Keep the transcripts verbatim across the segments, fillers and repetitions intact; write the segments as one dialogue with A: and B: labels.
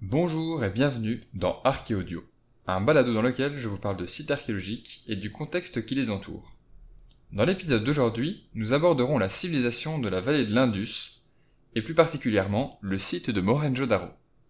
A: Bonjour et bienvenue dans Archéaudio, un balado dans lequel je vous parle de sites archéologiques et du contexte qui les entoure. Dans l'épisode d'aujourd'hui, nous aborderons la civilisation de la vallée de l'Indus, et plus particulièrement le site de Mohenjo-Daro.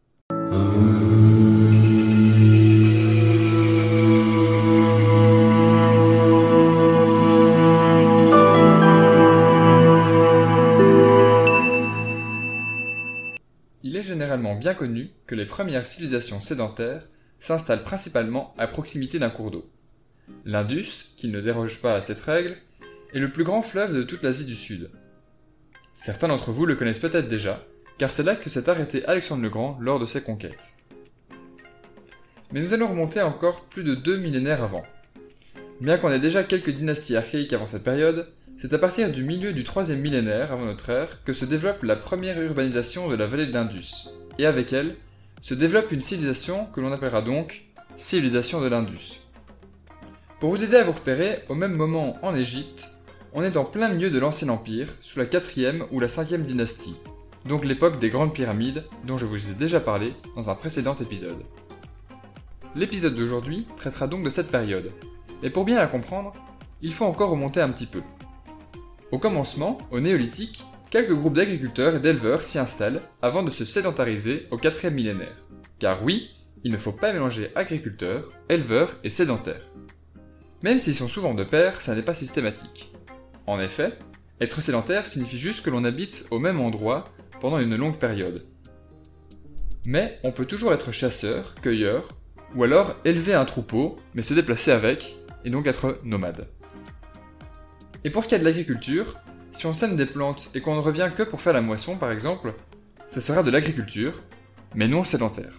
A: Il est généralement bien connu que les premières civilisations sédentaires s'installent principalement à proximité d'un cours d'eau. L'Indus, qui ne déroge pas à cette règle, est le plus grand fleuve de toute l'Asie du Sud. Certains d'entre vous le connaissent peut-être déjà, car c'est là que s'est arrêté Alexandre le Grand lors de ses conquêtes. Mais nous allons remonter encore plus de deux millénaires avant. Bien qu'on ait déjà quelques dynasties archaïques avant cette période, c'est à partir du milieu du troisième millénaire avant notre ère que se développe la première urbanisation de la vallée de l'Indus, et avec elle, se développe une civilisation que l'on appellera donc civilisation de l'Indus. Pour vous aider à vous repérer, au même moment en Égypte, on est en plein milieu de l'ancien empire, sous la quatrième ou la cinquième dynastie, donc l'époque des grandes pyramides dont je vous ai déjà parlé dans un précédent épisode. L'épisode d'aujourd'hui traitera donc de cette période, et pour bien la comprendre, il faut encore remonter un petit peu. Au commencement, au néolithique, quelques groupes d'agriculteurs et d'éleveurs s'y installent avant de se sédentariser au quatrième millénaire. Car oui, il ne faut pas mélanger agriculteurs, éleveurs et sédentaires. Même s'ils sont souvent de pair, ça n'est pas systématique. En effet, être sédentaire signifie juste que l'on habite au même endroit pendant une longue période. Mais on peut toujours être chasseur, cueilleur, ou alors élever un troupeau, mais se déplacer avec, et donc être nomade. Et pour ce qui est de l'agriculture, si on sème des plantes et qu'on ne revient que pour faire la moisson par exemple, ça sera de l'agriculture, mais non sédentaire.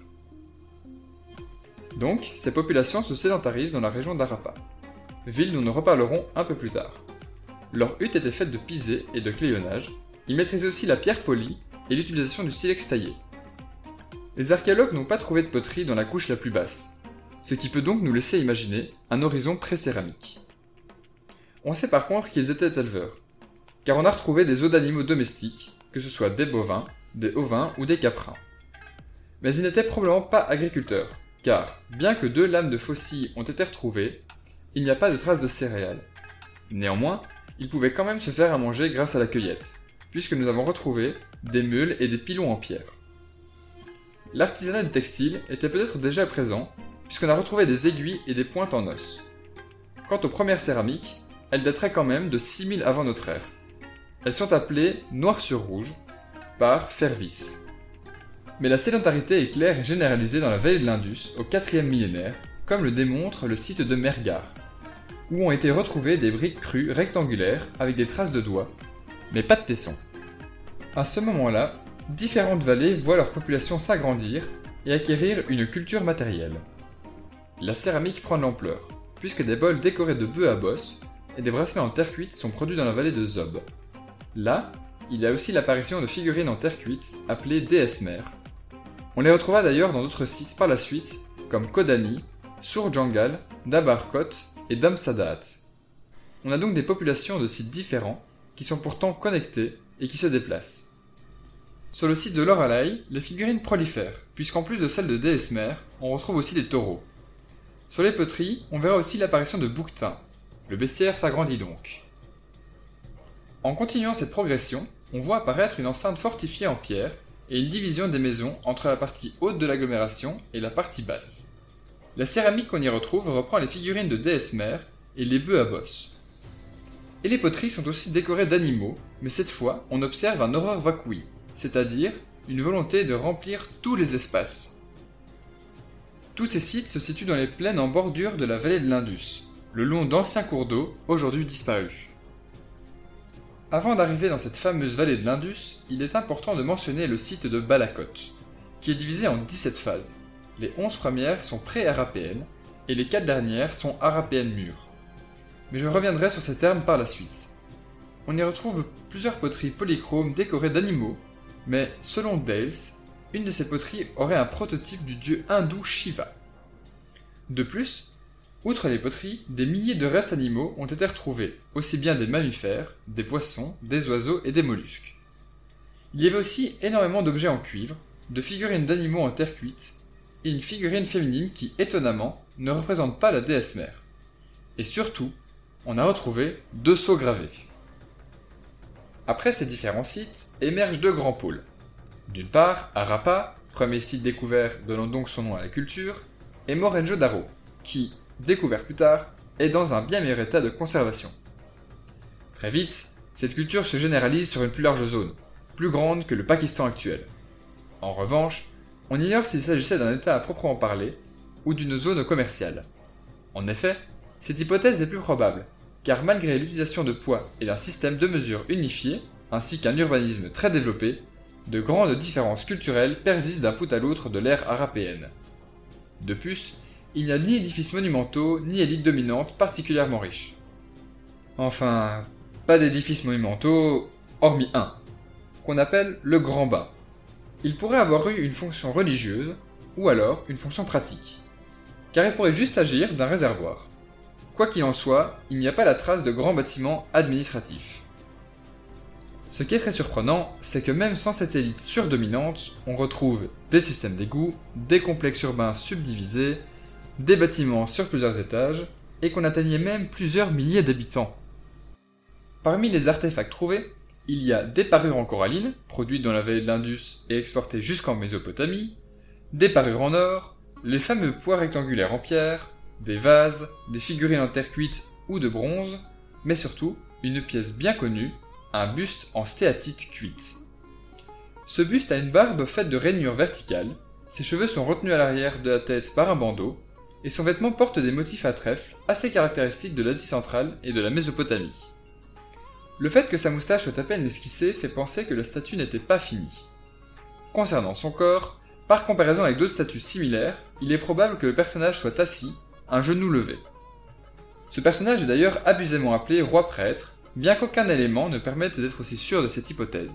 A: Donc, ces populations se sédentarisent dans la région d'Harappa, ville dont nous reparlerons un peu plus tard. Leurs huttes étaient faites de pisé et de cléonnage, ils maîtrisaient aussi la pierre polie et l'utilisation du silex taillé. Les archéologues n'ont pas trouvé de poterie dans la couche la plus basse, ce qui peut donc nous laisser imaginer un horizon pré-céramique. On sait par contre qu'ils étaient éleveurs, car on a retrouvé des os d'animaux domestiques, que ce soit des bovins, des ovins ou des caprins. Mais ils n'étaient probablement pas agriculteurs, car, bien que deux lames de faucilles ont été retrouvées, il n'y a pas de traces de céréales. Néanmoins, ils pouvaient quand même se faire à manger grâce à la cueillette, puisque nous avons retrouvé des meules et des pilons en pierre. L'artisanat du textile était peut-être déjà présent, puisqu'on a retrouvé des aiguilles et des pointes en os. Quant aux premières céramiques, elles dateraient quand même de six mille avant notre ère. Elles sont appelées noir sur rouge par Fervis. Mais la sédentarité est claire et généralisée dans la vallée de l'Indus au quatrième millénaire, comme le démontre le site de Mehrgarh, où ont été retrouvées des briques crues rectangulaires avec des traces de doigts, mais pas de tessons. À ce moment-là, différentes vallées voient leur population s'agrandir et acquérir une culture matérielle. La céramique prend de l'ampleur, puisque des bols décorés de bœufs à bosse et des bracelets en terre cuite sont produits dans la vallée de Zob. Là, il y a aussi l'apparition de figurines en terre cuite appelées déesses mères. On les retrouvera d'ailleurs dans d'autres sites par la suite, comme Kodani, Surjangal, Dabarkot et Damsadaat. On a donc des populations de sites différents, qui sont pourtant connectés et qui se déplacent. Sur le site de Loralai, les figurines prolifèrent, puisqu'en plus de celles de déesses mères, on retrouve aussi des taureaux. Sur les poteries, on verra aussi l'apparition de bouquetins. Le bestiaire s'agrandit donc. En continuant cette progression, on voit apparaître une enceinte fortifiée en pierre et une division des maisons entre la partie haute de l'agglomération et la partie basse. La céramique qu'on y retrouve reprend les figurines de déesses mères et les bœufs à bosse. Et les poteries sont aussi décorées d'animaux, mais cette fois on observe un horreur vacui, c'est-à-dire une volonté de remplir tous les espaces. Tous ces sites se situent dans les plaines en bordure de la vallée de l'Indus, le long d'anciens cours d'eau, aujourd'hui disparus. Avant d'arriver dans cette fameuse vallée de l'Indus, il est important de mentionner le site de Balakot, qui est divisé en dix-sept phases. Les onze premières sont pré-harapéennes, et les quatre dernières sont harapéennes mûres. Mais je reviendrai sur ces termes par la suite. On y retrouve plusieurs poteries polychromes décorées d'animaux, mais selon Dales, une de ces poteries aurait un prototype du dieu hindou Shiva. De plus, outre les poteries, des milliers de restes animaux ont été retrouvés, aussi bien des mammifères, des poissons, des oiseaux et des mollusques. Il y avait aussi énormément d'objets en cuivre, de figurines d'animaux en terre cuite, et une figurine féminine qui, étonnamment, ne représente pas la déesse mère. Et surtout, on a retrouvé deux sceaux gravés. Après ces différents sites, émergent deux grands pôles. D'une part, Harappa, premier site découvert donnant donc son nom à la culture, et Mohenjo-Daro, qui, découvert plus tard, est dans un bien meilleur état de conservation. Très vite, cette culture se généralise sur une plus large zone, plus grande que le Pakistan actuel. En revanche, on ignore s'il s'agissait d'un état à proprement parler, ou d'une zone commerciale. En effet, cette hypothèse est plus probable, car malgré l'utilisation de poids et d'un système de mesure unifié, ainsi qu'un urbanisme très développé, de grandes différences culturelles persistent d'un bout à l'autre de l'ère harapéenne. De plus, il n'y a ni édifices monumentaux, ni élites dominantes particulièrement riches. Enfin, pas d'édifices monumentaux, hormis un, qu'on appelle le Grand Bas. Il pourrait avoir eu une fonction religieuse, ou alors une fonction pratique, car il pourrait juste s'agir d'un réservoir. Quoi qu'il en soit, il n'y a pas la trace de grands bâtiments administratifs. Ce qui est très surprenant, c'est que même sans cette élite surdominante, on retrouve des systèmes d'égouts, des complexes urbains subdivisés, des bâtiments sur plusieurs étages, et qu'on atteignait même plusieurs milliers d'habitants. Parmi les artefacts trouvés, il y a des parures en coralline, produites dans la vallée de l'Indus et exportées jusqu'en Mésopotamie, des parures en or, les fameux poids rectangulaires en pierre, des vases, des figurines en terre cuite ou de bronze, mais surtout une pièce bien connue, un buste en stéatite cuite. Ce buste a une barbe faite de rainures verticales, ses cheveux sont retenus à l'arrière de la tête par un bandeau, et son vêtement porte des motifs à trèfle assez caractéristiques de l'Asie centrale et de la Mésopotamie. Le fait que sa moustache soit à peine esquissée fait penser que la statue n'était pas finie. Concernant son corps, par comparaison avec d'autres statues similaires, il est probable que le personnage soit assis, un genou levé. Ce personnage est d'ailleurs abusément appelé roi prêtre, bien qu'aucun élément ne permette d'être aussi sûr de cette hypothèse.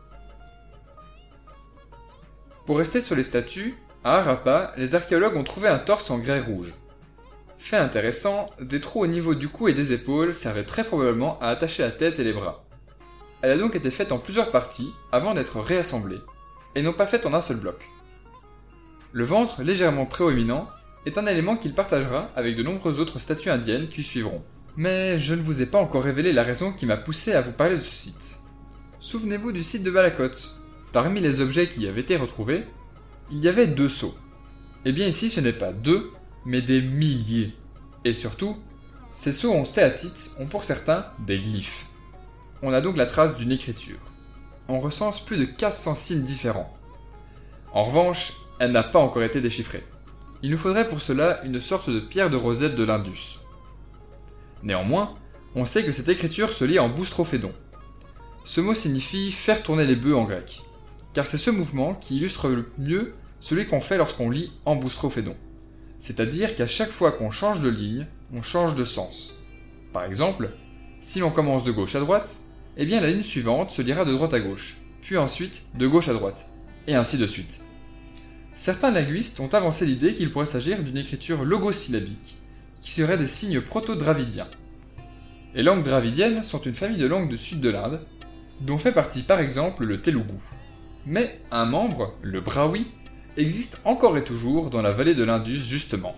A: Pour rester sur les statues, à Harappa, les archéologues ont trouvé un torse en grès rouge. Fait intéressant, des trous au niveau du cou et des épaules servaient très probablement à attacher la tête et les bras. Elle a donc été faite en plusieurs parties avant d'être réassemblée, et non pas faite en un seul bloc. Le ventre, légèrement prééminent, est un élément qu'il partagera avec de nombreuses autres statues indiennes qui suivront. Mais je ne vous ai pas encore révélé la raison qui m'a poussé à vous parler de ce site. Souvenez-vous du site de Balakot. Parmi les objets qui y avaient été retrouvés, il y avait deux sceaux. Et bien ici ce n'est pas deux, mais des milliers. Et surtout, ces sceaux en stéatite ont pour certains des glyphes. On a donc la trace d'une écriture. On recense plus de quatre cents signes différents. En revanche, elle n'a pas encore été déchiffrée. Il nous faudrait pour cela une sorte de pierre de rosette de l'Indus. Néanmoins, on sait que cette écriture se lit en boustrophédon. Ce mot signifie faire tourner les bœufs en grec, car c'est ce mouvement qui illustre le mieux celui qu'on fait lorsqu'on lit en boustrophédon. C'est-à-dire qu'à chaque fois qu'on change de ligne, on change de sens. Par exemple, si l'on commence de gauche à droite, eh bien la ligne suivante se lira de droite à gauche, puis ensuite de gauche à droite, et ainsi de suite. Certains linguistes ont avancé l'idée qu'il pourrait s'agir d'une écriture logosyllabique, qui serait des signes proto-dravidiens. Les langues dravidiennes sont une famille de langues du sud de l'Inde, dont fait partie par exemple le telugu. Mais un membre, le brahui, existe encore et toujours dans la vallée de l'Indus justement.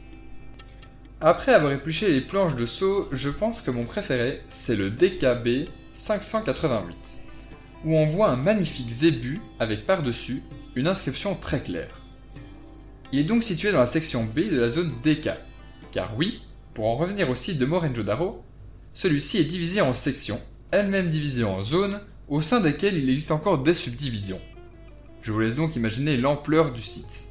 A: Après avoir épluché les planches de sceaux, je pense que mon préféré, c'est le D K B cinq cent quatre-vingt-huit, où on voit un magnifique zébu avec par-dessus une inscription très claire. Il est donc situé dans la section B de la zone D K, car oui, pour en revenir au site de Mohenjo-Daro, celui-ci est divisé en sections, elles-mêmes divisées en zones, au sein desquelles il existe encore des subdivisions. Je vous laisse donc imaginer l'ampleur du site.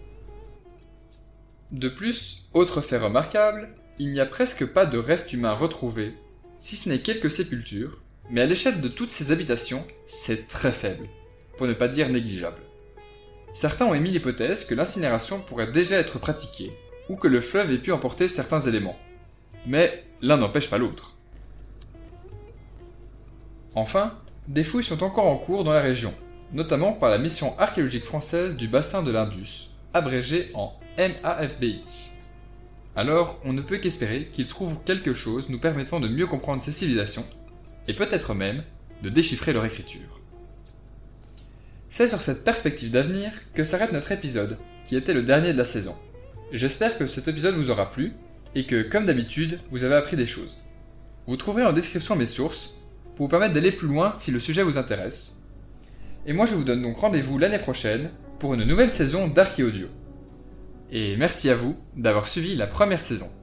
A: De plus, autre fait remarquable, il n'y a presque pas de restes humains retrouvés, si ce n'est quelques sépultures, mais à l'échelle de toutes ces habitations, c'est très faible, pour ne pas dire négligeable. Certains ont émis l'hypothèse que l'incinération pourrait déjà être pratiquée, ou que le fleuve ait pu emporter certains éléments. Mais l'un n'empêche pas l'autre. Enfin, des fouilles sont encore en cours dans la région, notamment par la mission archéologique française du bassin de l'Indus, abrégée en M A F B I. Alors, on ne peut qu'espérer qu'ils trouvent quelque chose nous permettant de mieux comprendre ces civilisations, et peut-être même de déchiffrer leur écriture. C'est sur cette perspective d'avenir que s'arrête notre épisode, qui était le dernier de la saison. J'espère que cet épisode vous aura plu, et que, comme d'habitude, vous avez appris des choses. Vous trouverez en description mes sources, pour vous permettre d'aller plus loin si le sujet vous intéresse. Et moi je vous donne donc rendez-vous l'année prochaine, pour une nouvelle saison d'Archéaudio. Et merci à vous d'avoir suivi la première saison.